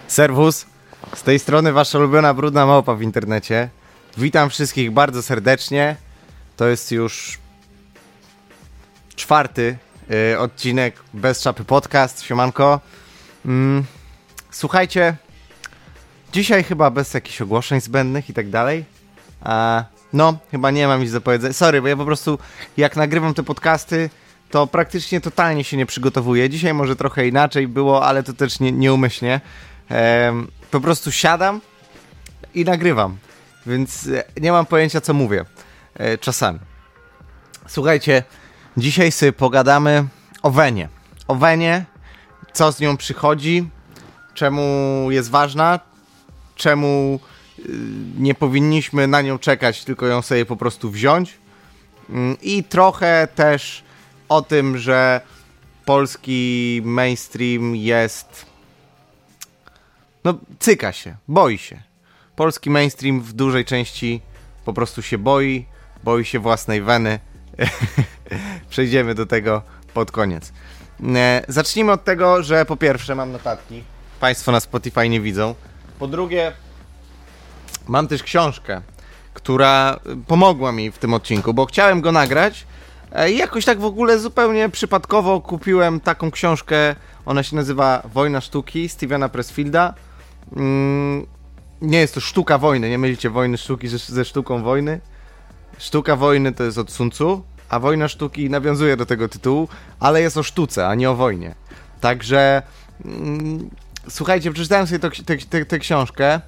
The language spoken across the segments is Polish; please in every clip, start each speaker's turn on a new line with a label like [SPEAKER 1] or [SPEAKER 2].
[SPEAKER 1] Serwus, z tej strony wasza ulubiona brudna małpa w internecie. Witam wszystkich bardzo serdecznie. To jest już czwarty odcinek Bez Czapy Podcast. Siemanko. Słuchajcie, dzisiaj chyba bez jakichś ogłoszeń zbędnych i tak dalej. No, chyba nie mam nic do powiedzenia. Sorry, bo ja po prostu jak nagrywam te podcasty, to praktycznie totalnie się nie przygotowuję. Dzisiaj może trochę inaczej było, ale to też nieumyślnie. Po prostu siadam i nagrywam, więc nie mam pojęcia, co mówię czasami. Słuchajcie, dzisiaj sobie pogadamy o Venie. O Venie, co z nią przychodzi, czemu jest ważna, czemu nie powinniśmy na nią czekać, tylko ją sobie po prostu wziąć. I trochę też o tym, że polski mainstream jest... No, cyka się, boi się. Polski mainstream w dużej części po prostu się boi się własnej Veny. Przejdziemy do tego pod koniec. Zacznijmy od tego, że po pierwsze mam notatki. Państwo na Spotify nie widzą. Po drugie, mam też książkę, która pomogła mi w tym odcinku, bo chciałem go nagrać i jakoś tak w ogóle zupełnie przypadkowo kupiłem taką książkę. Ona się nazywa Wojna sztuki Stevena Pressfielda. Nie jest to sztuka wojny, nie mylicie wojny sztuki ze sztuką wojny. Sztuka wojny to jest od Sun Tzu, a Wojna sztuki nawiązuje do tego tytułu, ale jest o sztuce, a nie o wojnie. Także słuchajcie, przeczytałem sobie tę książkę.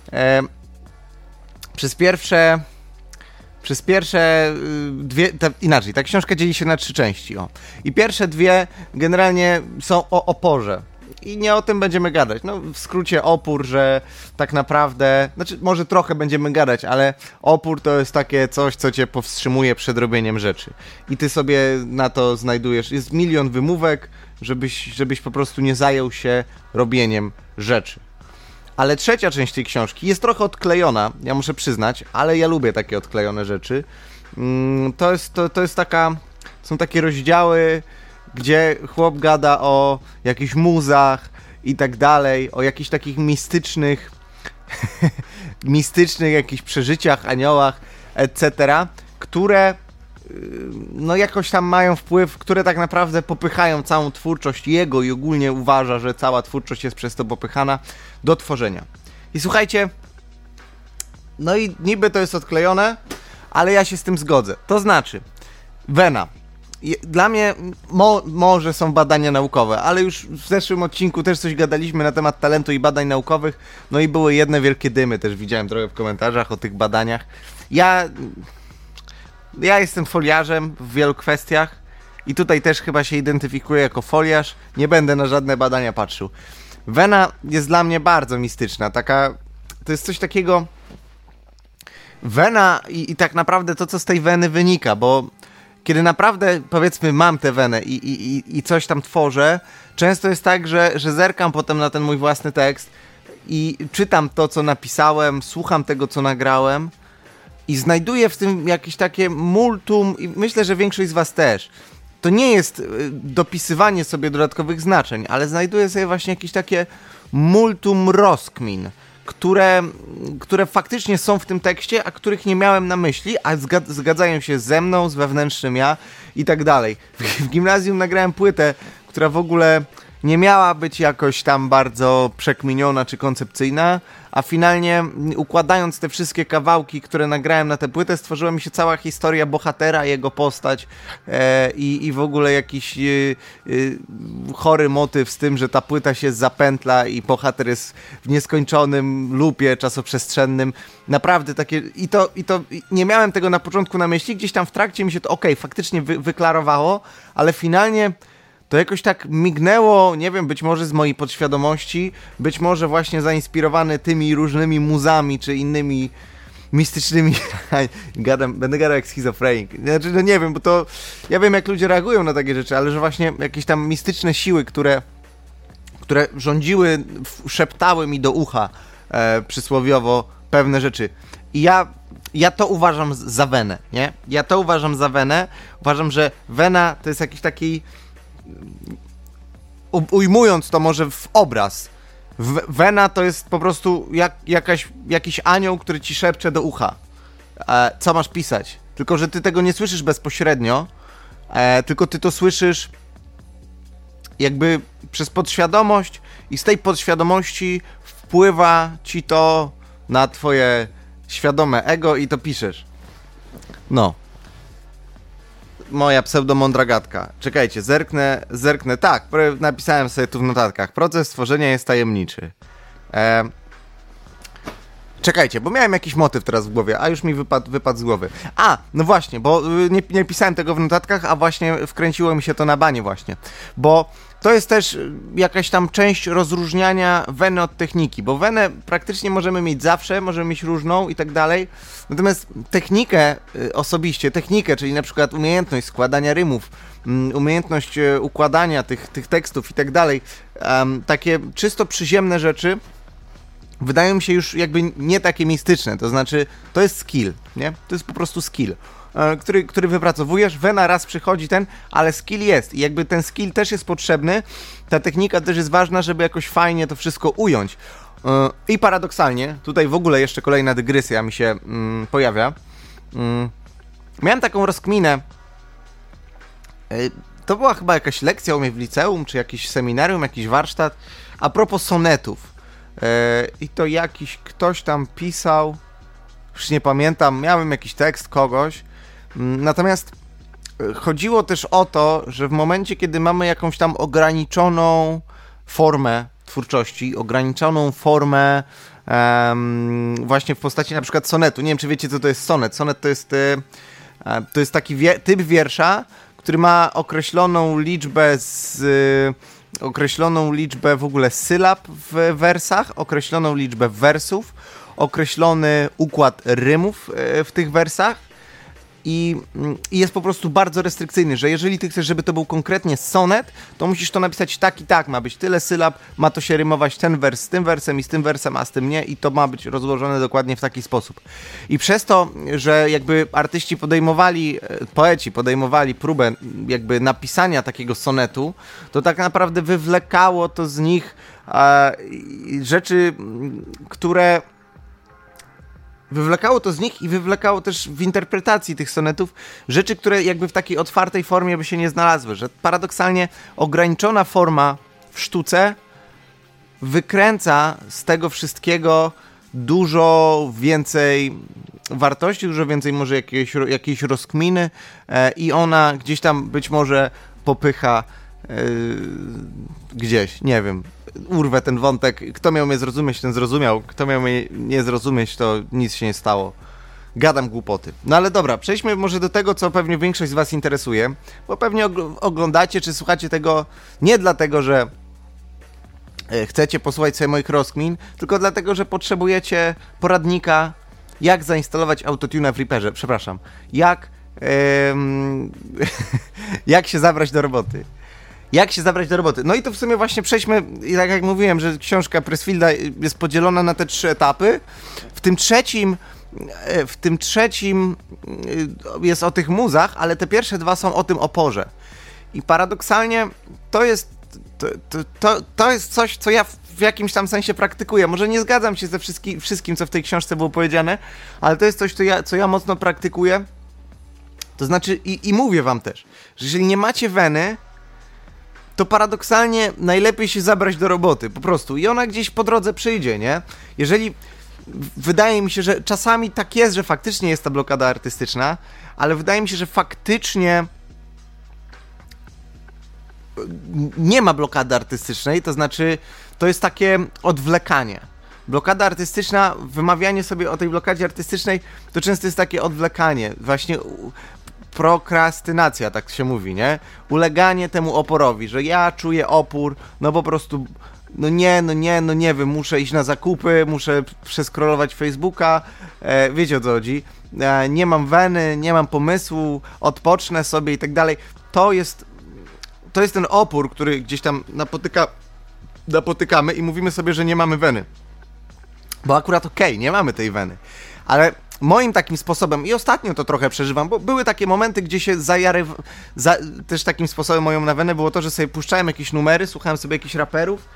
[SPEAKER 1] Przez pierwsze dwie, inaczej, ta książka dzieli się na 3 części. I pierwsze 2 generalnie są o oporze. I nie o tym będziemy gadać. No, w skrócie opór, że tak naprawdę... Znaczy, może trochę będziemy gadać, ale opór to jest takie coś, co cię powstrzymuje przed robieniem rzeczy. I ty sobie na to znajdujesz... Jest milion wymówek, żebyś po prostu nie zajął się robieniem rzeczy. Ale trzecia część tej książki jest trochę odklejona, ja muszę przyznać, ale ja lubię takie odklejone rzeczy. To jest taka... Są takie rozdziały, gdzie chłop gada o jakichś muzach i tak dalej, o jakichś takich mistycznych jakichś przeżyciach, aniołach, etc., które no jakoś tam mają wpływ, które tak naprawdę popychają całą twórczość jego i ogólnie uważa, że cała twórczość jest przez to popychana do tworzenia. I słuchajcie, no i niby to jest odklejone, ale ja się z tym zgodzę. To znaczy, Vena. Dla mnie może są badania naukowe, ale już w zeszłym odcinku też coś gadaliśmy na temat talentu i badań naukowych, no i były jedne wielkie dymy, też widziałem trochę w komentarzach o tych badaniach. Ja jestem foliarzem w wielu kwestiach i tutaj też chyba się identyfikuję jako foliarz, nie będę na żadne badania patrzył. Vena jest dla mnie bardzo mistyczna, to jest coś takiego... Vena i tak naprawdę to, co z tej Veny wynika, bo kiedy naprawdę, powiedzmy, mam tę Venę i coś tam tworzę, często jest tak, że zerkam potem na ten mój własny tekst i czytam to, co napisałem, słucham tego, co nagrałem i znajduję w tym jakieś takie multum, i myślę, że większość z was też. To nie jest dopisywanie sobie dodatkowych znaczeń, ale znajduję sobie właśnie jakieś takie multum rozkmin, które faktycznie są w tym tekście, a których nie miałem na myśli, a zgadzają się ze mną, z wewnętrznym ja i tak dalej. W gimnazjum nagrałem płytę, która w ogóle nie miała być jakoś tam bardzo przekminiona czy koncepcyjna, a finalnie układając te wszystkie kawałki, które nagrałem na tę płytę, stworzyła mi się cała historia bohatera, jego postać i w ogóle jakiś chory motyw z tym, że ta płyta się zapętla i bohater jest w nieskończonym loopie czasoprzestrzennym. Naprawdę takie... I to nie miałem tego na początku na myśli, gdzieś tam w trakcie mi się to faktycznie wyklarowało, ale finalnie... To jakoś tak mignęło, nie wiem, być może z mojej podświadomości, być może właśnie zainspirowany tymi różnymi muzami, czy innymi mistycznymi... Będę gadał jak schizofrenik. Znaczy, no nie wiem, bo to... Ja wiem, jak ludzie reagują na takie rzeczy, ale że właśnie jakieś tam mistyczne siły, które rządziły, szeptały mi do ucha przysłowiowo pewne rzeczy. I ja to uważam za Venę, nie? Ja to uważam za Venę. Uważam, że Vena to jest jakiś taki... Ujmując to może w obraz, Wena to jest po prostu jakiś anioł, który ci szepcze do ucha, co masz pisać. Tylko że ty tego nie słyszysz bezpośrednio, tylko ty to słyszysz jakby przez podświadomość i z tej podświadomości wpływa ci to na twoje świadome ego i to piszesz. No. Moja pseudomądra gadka. Czekajcie, zerknę. Tak, napisałem sobie tu w notatkach. Proces tworzenia jest tajemniczy. Czekajcie, bo miałem jakiś motyw teraz w głowie, a już mi wypadł z głowy. No właśnie, bo nie pisałem tego w notatkach, a właśnie wkręciło mi się to na banie właśnie. Bo to jest też jakaś tam część rozróżniania weny od techniki, bo wenę praktycznie możemy mieć zawsze, możemy mieć różną i tak dalej. Natomiast technikę osobiście, czyli na przykład umiejętność składania rymów, umiejętność układania tych tekstów i tak dalej, takie czysto przyziemne rzeczy, wydają mi się już jakby nie takie mistyczne, to znaczy to jest skill, nie? To jest po prostu skill, który wypracowujesz, wena raz przychodzi ale skill jest i jakby ten skill też jest potrzebny, ta technika też jest ważna, żeby jakoś fajnie to wszystko ująć. I paradoksalnie, tutaj w ogóle jeszcze kolejna dygresja mi się pojawia, miałem taką rozkminę, to była chyba jakaś lekcja u mnie w liceum, czy jakiś seminarium, jakiś warsztat, a propos sonetów. I to ktoś tam pisał, już nie pamiętam, miałem jakiś tekst kogoś, natomiast chodziło też o to, że w momencie, kiedy mamy jakąś tam ograniczoną formę twórczości, ograniczoną formę właśnie w postaci na przykład sonetu, nie wiem czy wiecie co to jest sonet, to jest taki typ wiersza, który ma określoną liczbę w ogóle sylab w wersach, określoną liczbę wersów, określony układ rymów w tych wersach i jest po prostu bardzo restrykcyjny, że jeżeli ty chcesz, żeby to był konkretnie sonet, to musisz to napisać tak i tak, ma być tyle sylab, ma to się rymować ten wers z tym wersem i z tym wersem, a z tym nie i to ma być rozłożone dokładnie w taki sposób. I przez to, że jakby poeci podejmowali próbę jakby napisania takiego sonetu, to tak naprawdę wywlekało to z nich rzeczy, które i wywlekało też w interpretacji tych sonetów rzeczy, które jakby w takiej otwartej formie by się nie znalazły, że paradoksalnie ograniczona forma w sztuce wykręca z tego wszystkiego dużo więcej wartości, dużo więcej może jakiejś rozkminy i ona gdzieś tam być może popycha gdzieś, nie wiem, urwę ten wątek, kto miał mnie zrozumieć, ten zrozumiał, kto miał mnie nie zrozumieć, to nic się nie stało. Gadam głupoty. No ale dobra, przejdźmy może do tego, co pewnie większość z was interesuje, bo pewnie oglądacie czy słuchacie tego nie dlatego, że chcecie posłuchać sobie moich rozkmin, tylko dlatego, że potrzebujecie poradnika, jak zainstalować autotune w Reaperze, przepraszam, jak się zabrać do roboty. No i to w sumie właśnie przejdźmy, tak jak mówiłem, że książka Pressfielda jest podzielona na te 3 etapy. W tym trzecim jest o tych muzach, ale te pierwsze 2 są o tym oporze. I paradoksalnie to jest coś, co ja w jakimś tam sensie praktykuję. Może nie zgadzam się ze wszystkim, co w tej książce było powiedziane, ale to jest coś, co ja mocno praktykuję. To znaczy, i mówię wam też, że jeżeli nie macie weny, to paradoksalnie najlepiej się zabrać do roboty, po prostu. I ona gdzieś po drodze przyjdzie, nie? Jeżeli... Wydaje mi się, że czasami tak jest, że faktycznie jest ta blokada artystyczna, ale wydaje mi się, że faktycznie nie ma blokady artystycznej, to znaczy to jest takie odwlekanie. Blokada artystyczna, wymawianie sobie o tej blokadzie artystycznej, to często jest takie odwlekanie, właśnie prokrastynacja, tak się mówi, nie? Uleganie temu oporowi, że ja czuję opór, no po prostu, no nie wiem, muszę iść na zakupy, muszę przeskrolować Facebooka, wiecie o co chodzi, nie mam weny, nie mam pomysłu, odpocznę sobie i tak dalej. To jest ten opór, który gdzieś tam napotykamy i mówimy sobie, że nie mamy weny. Bo akurat nie mamy tej weny, ale moim takim sposobem, i ostatnio to trochę przeżywam, bo były takie momenty, gdzie się też takim sposobem moją na wenę było to, że sobie puszczałem jakieś numery, słuchałem sobie jakichś raperów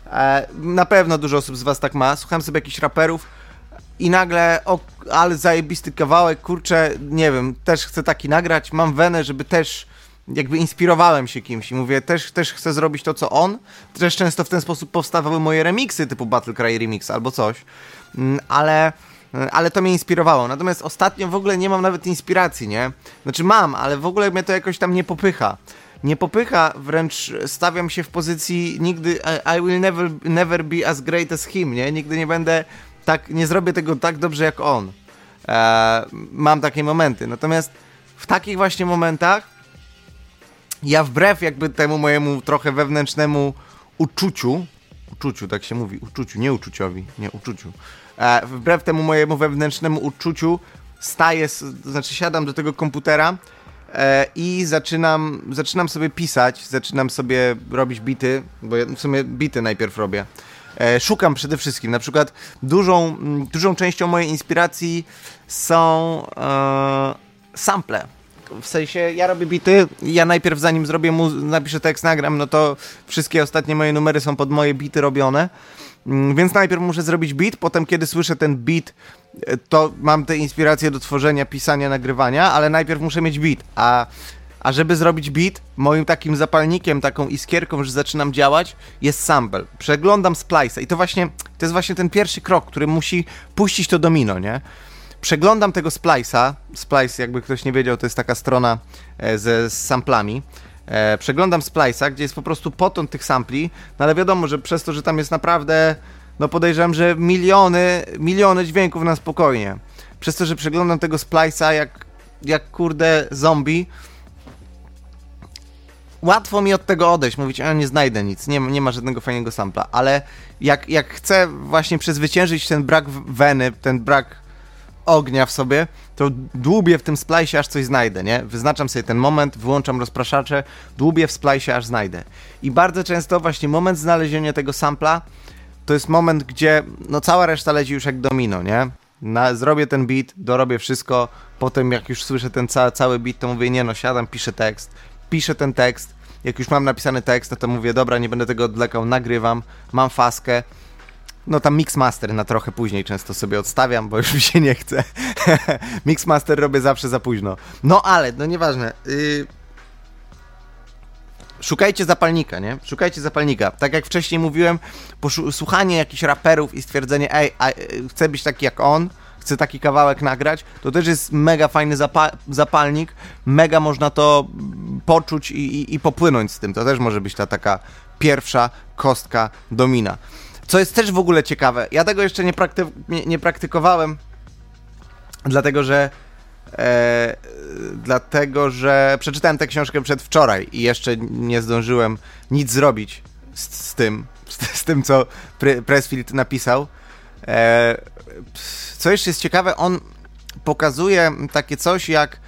[SPEAKER 1] Na pewno dużo osób z was tak ma. Słucham sobie jakichś raperów i nagle, ale zajebisty kawałek, kurczę, nie wiem, też chcę taki nagrać, mam wenę, żeby też, jakby inspirowałem się kimś i mówię, też chcę zrobić to, co on. Też często w ten sposób powstawały moje remiksy, typu Battle Cry Remix albo coś, ale to mnie inspirowało. Natomiast ostatnio w ogóle nie mam nawet inspiracji, nie? Znaczy mam, ale w ogóle mnie to jakoś tam nie popycha. Nie popycha, wręcz stawiam się w pozycji nigdy, I will never be as great as him, nie? Nigdy nie będę tak, nie zrobię tego tak dobrze jak on. Mam takie momenty. Natomiast w takich właśnie momentach ja wbrew jakby temu mojemu trochę wewnętrznemu uczuciu, tak się mówi, uczuciu, nie uczuciowi, nie uczuciu. Wbrew temu mojemu wewnętrznemu uczuciu znaczy siadam do tego komputera i zaczynam sobie pisać, zaczynam sobie robić bity, bo ja w sumie bity najpierw robię. Szukam przede wszystkim, na przykład dużą częścią mojej inspiracji są sample. W sensie ja robię bity, ja najpierw zanim zrobię napiszę tekst, nagram, no to wszystkie ostatnie moje numery są pod moje bity robione, więc najpierw muszę zrobić beat, potem kiedy słyszę ten beat, to mam tę inspirację do tworzenia, pisania, nagrywania, ale najpierw muszę mieć beat, a żeby zrobić beat, moim takim zapalnikiem, taką iskierką, że zaczynam działać, jest sample. Przeglądam Splice'a i to jest właśnie ten pierwszy krok, który musi puścić to domino, nie? Przeglądam tego Splice'a. Splice, jakby ktoś nie wiedział, to jest taka strona z samplami. Przeglądam Splice'a, gdzie jest po prostu potąd tych sampli, no ale wiadomo, że przez to, że tam jest naprawdę, no podejrzewam, że miliony dźwięków na spokojnie. Przez to, że przeglądam tego Splice'a jak kurde zombie, łatwo mi od tego odejść, mówić, nie znajdę nic, nie ma żadnego fajnego sampla, ale jak chcę właśnie przezwyciężyć ten brak weny, ten brak ognia w sobie, to dłubię w tym splice'ie, aż coś znajdę, nie? Wyznaczam sobie ten moment, wyłączam rozpraszacze, dłubię w splice'ie, aż znajdę. I bardzo często właśnie moment znalezienia tego sampla to jest moment, gdzie no cała reszta leci już jak domino, nie? Zrobię ten beat, dorobię wszystko, potem jak już słyszę ten cały beat, to mówię, nie no, siadam, piszę ten tekst, jak już mam napisany tekst, no to mówię, dobra, nie będę tego odwlekał, nagrywam, mam faskę, no tam mixmaster na trochę później często sobie odstawiam, bo już mi się nie chce. Mixmaster robię zawsze za późno. No ale, no nieważne. Szukajcie zapalnika, nie? Szukajcie zapalnika. Tak jak wcześniej mówiłem, słuchanie jakichś raperów i stwierdzenie, chcę być taki jak on, chcę taki kawałek nagrać, to też jest mega fajny zapalnik, mega można to poczuć i popłynąć z tym. To też może być ta taka pierwsza kostka domina. Co jest też w ogóle ciekawe, ja tego jeszcze nie praktykowałem, dlatego że przeczytałem tę książkę przedwczoraj i jeszcze nie zdążyłem nic zrobić z tym, co Pressfield napisał. Co jeszcze jest ciekawe, on pokazuje takie coś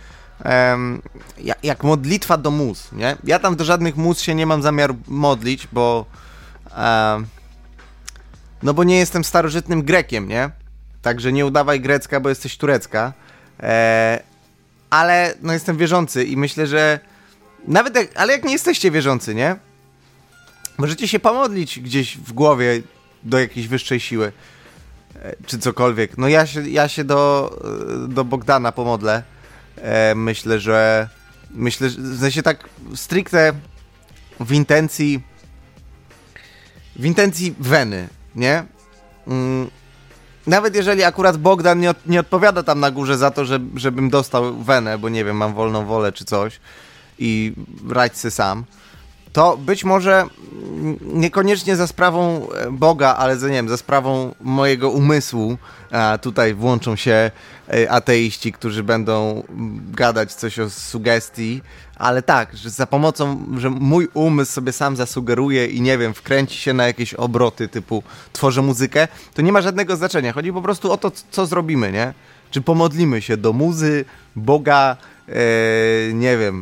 [SPEAKER 1] jak modlitwa do mus, nie? Ja tam do żadnych mus się nie mam zamiaru modlić, bo nie jestem starożytnym Grekiem, nie? Także nie udawaj Grecka, bo jesteś turecka. Ale no jestem wierzący i myślę, że ale jak nie jesteście wierzący, nie? Możecie się pomodlić gdzieś w głowie do jakiejś wyższej siły. Czy cokolwiek. No ja się do Bogdana pomodlę. Myślę, że w sensie tak stricte w intencji weny, nie? Nawet jeżeli akurat Bogdan nie odpowiada tam na górze za to, żebym dostał wenę, bo nie wiem, mam wolną wolę czy coś i radź se sam, to być może niekoniecznie za sprawą Boga, ale za sprawą mojego umysłu tutaj włączą się ateiści, którzy będą gadać coś o sugestii, ale tak, że za pomocą, że mój umysł sobie sam zasugeruje i nie wiem, wkręci się na jakieś obroty typu tworzę muzykę, to nie ma żadnego znaczenia. Chodzi po prostu o to, co zrobimy, nie? Czy pomodlimy się do muzy, Boga, nie wiem,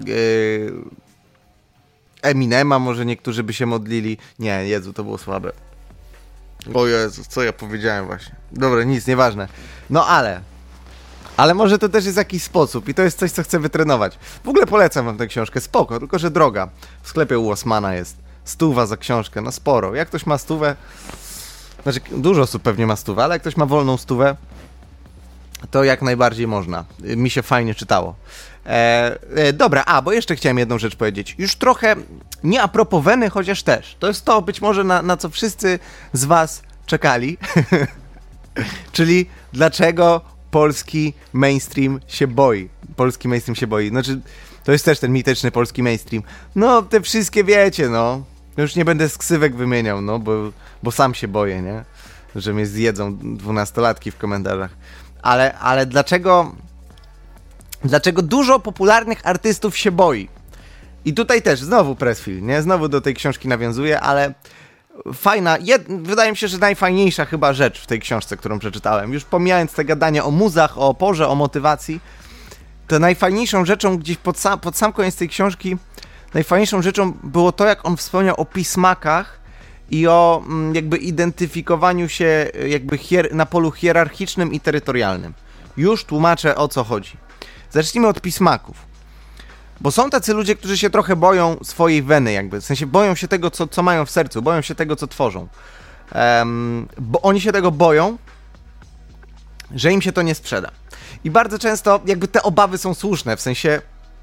[SPEAKER 1] Eminema może niektórzy by się modlili. Nie, Jezu, to było słabe. O Jezu, co ja powiedziałem właśnie. Dobra, nic, nieważne. No ale może to też jest jakiś sposób i to jest coś, co chcę wytrenować. W ogóle polecam wam tę książkę, spoko, tylko że droga. W sklepie u Osmana jest. 100 za książkę, no sporo. Jak ktoś ma 100, znaczy dużo osób pewnie ma 100, ale jak ktoś ma wolną 100, to jak najbardziej można. Mi się fajnie czytało. Dobra, bo jeszcze chciałem jedną rzecz powiedzieć. Już trochę nie a propos Weny, chociaż też. To jest to być może na co wszyscy z was czekali. Czyli dlaczego polski mainstream się boi. Polski mainstream się boi. Znaczy, to jest też ten mityczny polski mainstream. No, te wszystkie wiecie, no. Już nie będę ksywek wymieniał, no, bo sam się boję, nie? Że mnie zjedzą 12-latki w komentarzach. Ale dlaczego dużo popularnych artystów się boi? I tutaj też znowu Pressfield, nie? Znowu do tej książki nawiązuję, ale fajna, wydaje mi się, że najfajniejsza chyba rzecz w tej książce, którą przeczytałem. Już pomijając te gadania o muzach, o oporze, o motywacji, to najfajniejszą rzeczą gdzieś pod sam koniec tej książki, najfajniejszą rzeczą było to, jak on wspomniał o pismakach i o jakby identyfikowaniu się jakby na polu hierarchicznym i terytorialnym. Już tłumaczę, o co chodzi. Zacznijmy od pismaków. Bo są tacy ludzie, którzy się trochę boją swojej weny jakby, w sensie boją się tego, co mają w sercu, boją się tego, co tworzą. Bo oni się tego boją, że im się to nie sprzeda. I bardzo często jakby te obawy są słuszne, w sensie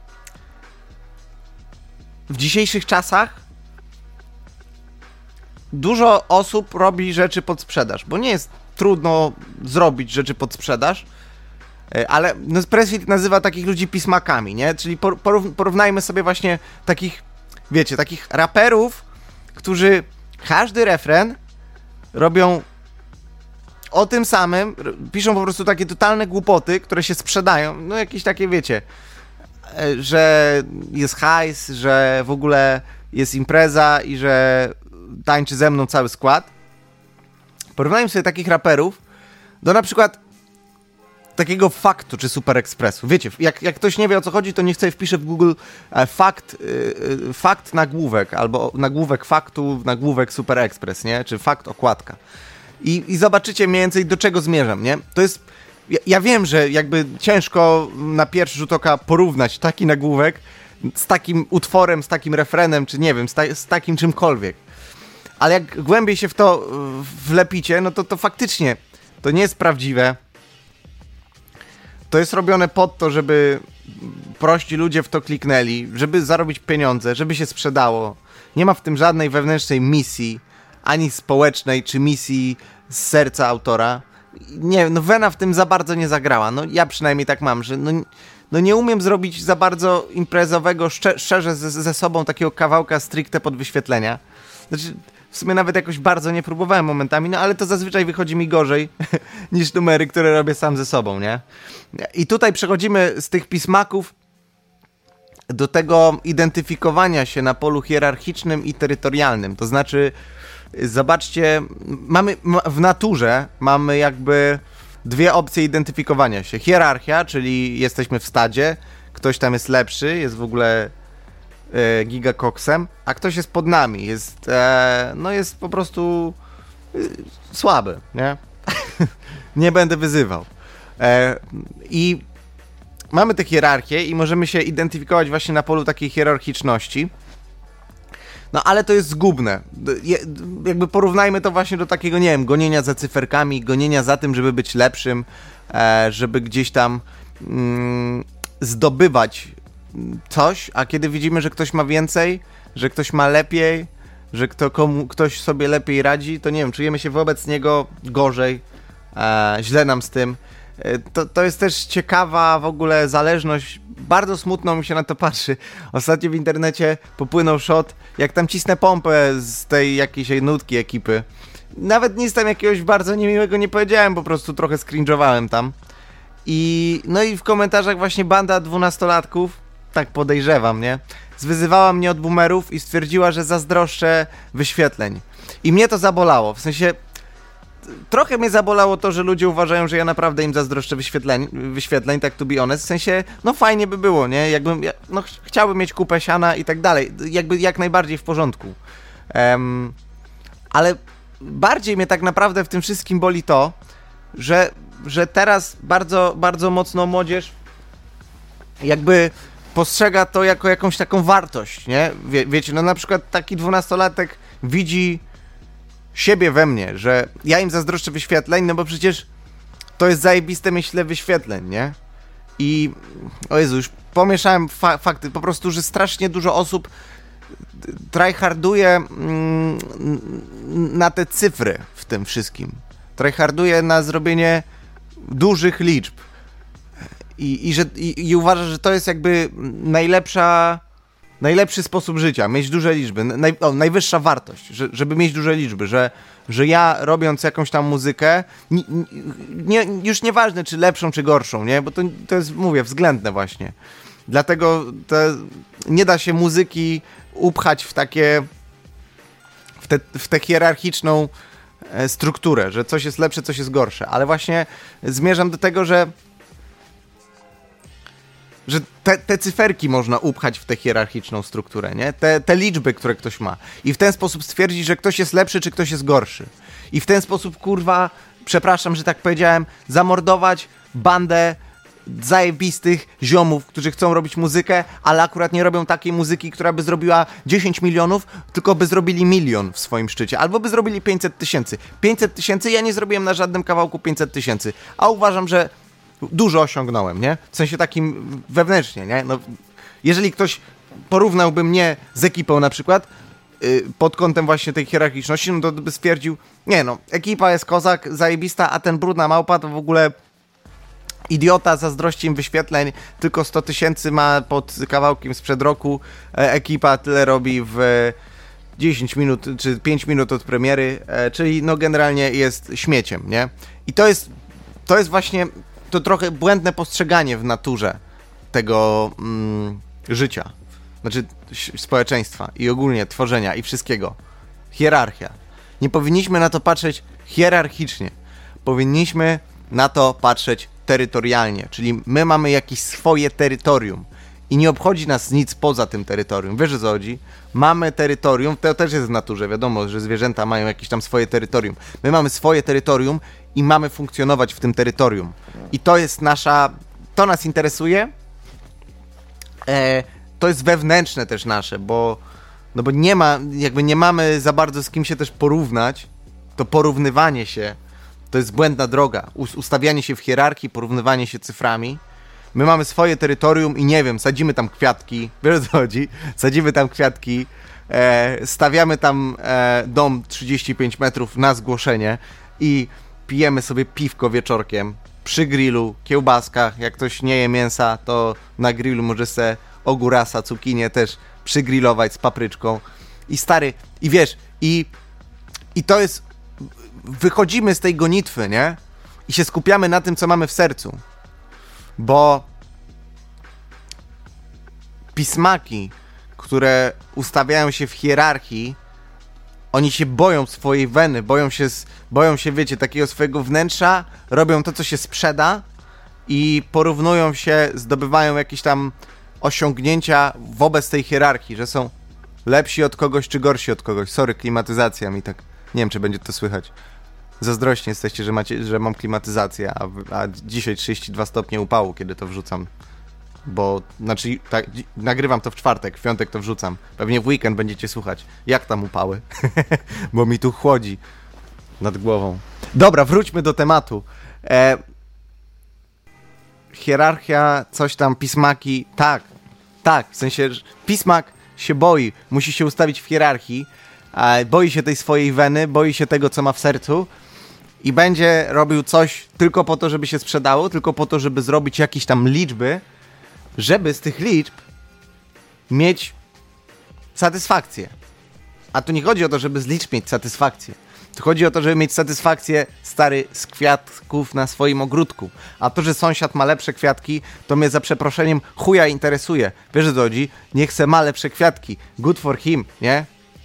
[SPEAKER 1] w dzisiejszych czasach dużo osób robi rzeczy pod sprzedaż, bo nie jest trudno zrobić rzeczy pod sprzedaż, ale no Pressfield nazywa takich ludzi pismakami, nie? Czyli porównajmy sobie właśnie takich, wiecie, takich raperów, którzy każdy refren robią o tym samym, piszą po prostu takie totalne głupoty, które się sprzedają, no jakieś takie, wiecie, że jest hajs, że w ogóle jest impreza i że tańczy ze mną cały skład. Porównajmy sobie takich raperów do na przykład takiego Faktu czy Super Expressu. Wiecie, jak ktoś nie wie, o co chodzi, to niech sobie wpisze w Google fakt nagłówek, albo nagłówek Faktu, nagłówek Super Express, nie? Czy fakt okładka. I zobaczycie mniej więcej, do czego zmierzam, nie? To jest... Ja wiem, że jakby ciężko na pierwszy rzut oka porównać taki nagłówek z takim utworem, z takim refrenem, czy nie wiem, z takim czymkolwiek. Ale jak głębiej się w to wlepicie, no to faktycznie to nie jest prawdziwe. To jest robione pod to, żeby prości ludzie w to kliknęli, żeby zarobić pieniądze, żeby się sprzedało. Nie ma w tym żadnej wewnętrznej misji, ani społecznej, czy misji z serca autora. Nie, no Wena w tym za bardzo nie zagrała. No ja przynajmniej tak mam, że no nie umiem zrobić za bardzo imprezowego, szczerze ze sobą takiego kawałka stricte pod wyświetlenia. Znaczy, w sumie nawet jakoś bardzo nie próbowałem momentami, no ale to zazwyczaj wychodzi mi gorzej niż numery, które robię sam ze sobą, nie? I tutaj przechodzimy z tych pismaków do tego identyfikowania się na polu hierarchicznym i terytorialnym. To znaczy, zobaczcie, w naturze mamy jakby dwie opcje identyfikowania się. Hierarchia, czyli jesteśmy w stadzie, ktoś tam jest lepszy, jest w ogóle gigakoksem, a ktoś jest pod nami, jest po prostu słaby, nie? Nie będę wyzywał. I mamy tę hierarchię i możemy się identyfikować właśnie na polu takiej hierarchiczności. No ale to jest zgubne. Jakby porównajmy to właśnie do takiego, nie wiem, gonienia za cyferkami, gonienia za tym, żeby być lepszym, żeby gdzieś tam zdobywać coś, a kiedy widzimy, że ktoś ma więcej, że ktoś ma lepiej, że ktoś sobie lepiej radzi, to nie wiem, czujemy się wobec niego gorzej, źle nam z tym. To jest też ciekawa w ogóle zależność, bardzo smutno mi się na to patrzy. Ostatnio w internecie popłynął shot, jak tam cisnę pompę z tej jakiejś nutki ekipy. Nawet nic tam jakiegoś bardzo niemiłego nie powiedziałem, po prostu trochę scringe'owałem tam. No i w komentarzach właśnie banda 12-latków, tak podejrzewam, nie? Zwyzywała mnie od boomerów i stwierdziła, że zazdroszczę wyświetleń. I mnie to zabolało, w sensie... Trochę mnie zabolało to, że ludzie uważają, że ja naprawdę im zazdroszczę wyświetleń, tak to be honest. W sensie, no fajnie by było, nie? Jakbym, chciałbym mieć kupę siana i tak dalej. Jakby jak najbardziej w porządku. Ale bardziej mnie tak naprawdę w tym wszystkim boli to, że teraz bardzo, bardzo mocno młodzież jakby postrzega to jako jakąś taką wartość, nie? Wiecie, no na przykład taki 12-latek widzi siebie we mnie, że ja im zazdroszczę wyświetleń, no bo przecież to jest zajebiste mieć tyle wyświetleń, nie? I, o Jezu, już pomieszałem fakty, po prostu, że strasznie dużo osób tryharduje na te cyfry w tym wszystkim. Tryharduje na zrobienie dużych liczb. I uważa, że to jest jakby najlepszy sposób życia, mieć duże liczby, najwyższa wartość, żeby mieć duże liczby, że ja robiąc jakąś tam muzykę, już nieważne czy lepszą, czy gorszą, nie? Bo to jest, mówię, względne właśnie. Dlatego nie da się muzyki upchać w tę hierarchiczną strukturę, że coś jest lepsze, coś jest gorsze, ale właśnie zmierzam do tego, że te cyferki można upchać w tę hierarchiczną strukturę, nie? Te liczby, które ktoś ma. I w ten sposób stwierdzić, że ktoś jest lepszy, czy ktoś jest gorszy. I w ten sposób, kurwa, przepraszam, że tak powiedziałem, zamordować bandę zajebistych ziomów, którzy chcą robić muzykę, ale akurat nie robią takiej muzyki, która by zrobiła 10 milionów, tylko by zrobili 1 000 000 w swoim szczycie. Albo by zrobili 500 000. 500 000 ja nie zrobiłem na żadnym kawałku 500 000. A uważam, że dużo osiągnąłem, nie? W sensie takim wewnętrznie, nie? No, jeżeli ktoś porównałby mnie z ekipą na przykład, pod kątem właśnie tej hierarchiczności, no to by stwierdził, nie no, ekipa jest kozak, zajebista, a ten brudna małpa to w ogóle idiota, zazdrości im wyświetleń, tylko 100 000 ma pod kawałkiem sprzed roku, ekipa tyle robi w 10 minut czy 5 minut od premiery, czyli no generalnie jest śmieciem, nie? I to jest właśnie to trochę błędne postrzeganie w naturze tego życia, znaczy społeczeństwa i ogólnie tworzenia i wszystkiego. Hierarchia. Nie powinniśmy na to patrzeć hierarchicznie. Powinniśmy na to patrzeć terytorialnie, czyli my mamy jakieś swoje terytorium i nie obchodzi nas nic poza tym terytorium. Wiesz, o co chodzi? Mamy terytorium, to też jest w naturze, wiadomo, że zwierzęta mają jakieś tam swoje terytorium. My mamy swoje terytorium i mamy funkcjonować w tym terytorium. I to jest to nas interesuje. To jest wewnętrzne też nasze, bo nie mamy za bardzo z kim się też porównać. To porównywanie się to jest błędna droga. Ustawianie się w hierarchii, porównywanie się cyframi. My mamy swoje terytorium i nie wiem, sadzimy tam kwiatki, wiesz o co chodzi? Sadzimy tam kwiatki, stawiamy tam dom 35 metrów na zgłoszenie i pijemy sobie piwko wieczorkiem przy grillu, kiełbaskach. Jak ktoś nie je mięsa, to na grillu może se ogórasa, cukinię też przygrillować z papryczką. I stary, i wiesz, i to jest... Wychodzimy z tej gonitwy, nie? I się skupiamy na tym, co mamy w sercu. Bo pismaki, które ustawiają się w hierarchii, oni się boją swojej weny, boją się, wiecie, takiego swojego wnętrza, robią to, co się sprzeda i porównują się, zdobywają jakieś tam osiągnięcia wobec tej hierarchii, że są lepsi od kogoś czy gorsi od kogoś. Sorry, klimatyzacja mi tak... Nie wiem, czy będzie to słychać. Zazdrośni jesteście, że mam klimatyzację, a dzisiaj 32 stopnie upału, kiedy to wrzucam. Bo, znaczy, tak, nagrywam to w czwartek, w piątek to wrzucam. Pewnie w weekend będziecie słuchać, jak tam upały. Bo mi tu chłodzi nad głową. Dobra, wróćmy do tematu. Hierarchia, coś tam, pismaki, tak, w sensie pismak się boi, musi się ustawić w hierarchii, boi się tej swojej weny, boi się tego, co ma w sercu i będzie robił coś tylko po to, żeby się sprzedało, tylko po to, żeby zrobić jakieś tam liczby, żeby z tych liczb mieć satysfakcję. A tu nie chodzi o to, żeby z liczb mieć satysfakcję. Tu chodzi o to, żeby mieć satysfakcję, stary, z kwiatków na swoim ogródku. A to, że sąsiad ma lepsze kwiatki, to mnie za przeproszeniem chuja interesuje. Wiesz, o co chodzi? Niech se ma lepsze kwiatki. Good for him, nie?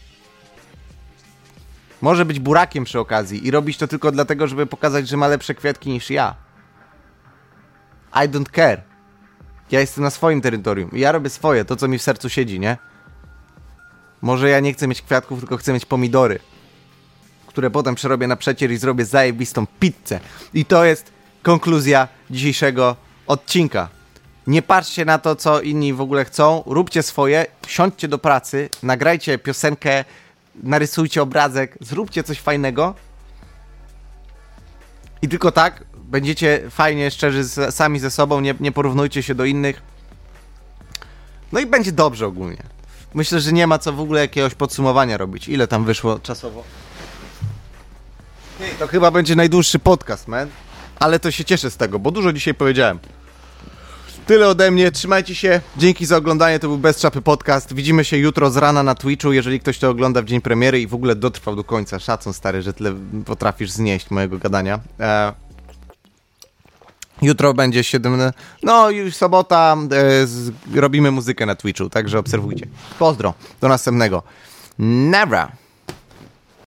[SPEAKER 1] Może być burakiem przy okazji i robić to tylko dlatego, żeby pokazać, że ma lepsze kwiatki niż ja. I don't care. Ja jestem na swoim terytorium i ja robię swoje, to co mi w sercu siedzi, nie? Może ja nie chcę mieć kwiatków, tylko chcę mieć pomidory, które potem przerobię na przecier i zrobię zajebistą pizzę. I to jest konkluzja dzisiejszego odcinka. Nie patrzcie na to, co inni w ogóle chcą. Róbcie swoje, siądźcie do pracy, nagrajcie piosenkę, narysujcie obrazek, zróbcie coś fajnego. I tylko tak będziecie fajnie, szczerzy sami ze sobą, nie porównujcie się do innych. No i będzie dobrze ogólnie. Myślę, że nie ma co w ogóle jakiegoś podsumowania robić. Ile tam wyszło czasowo? To chyba będzie najdłuższy podcast, man. Ale to się cieszę z tego, bo dużo dzisiaj powiedziałem. Tyle ode mnie, trzymajcie się. Dzięki za oglądanie, to był Bez Czapy Podcast. Widzimy się jutro z rana na Twitchu, jeżeli ktoś to ogląda w dzień premiery i w ogóle dotrwał do końca. Szacun, stary, że tyle potrafisz znieść mojego gadania. Jutro będzie 7. No już sobota, robimy muzykę na Twitchu, także obserwujcie. Pozdro, do następnego. Never.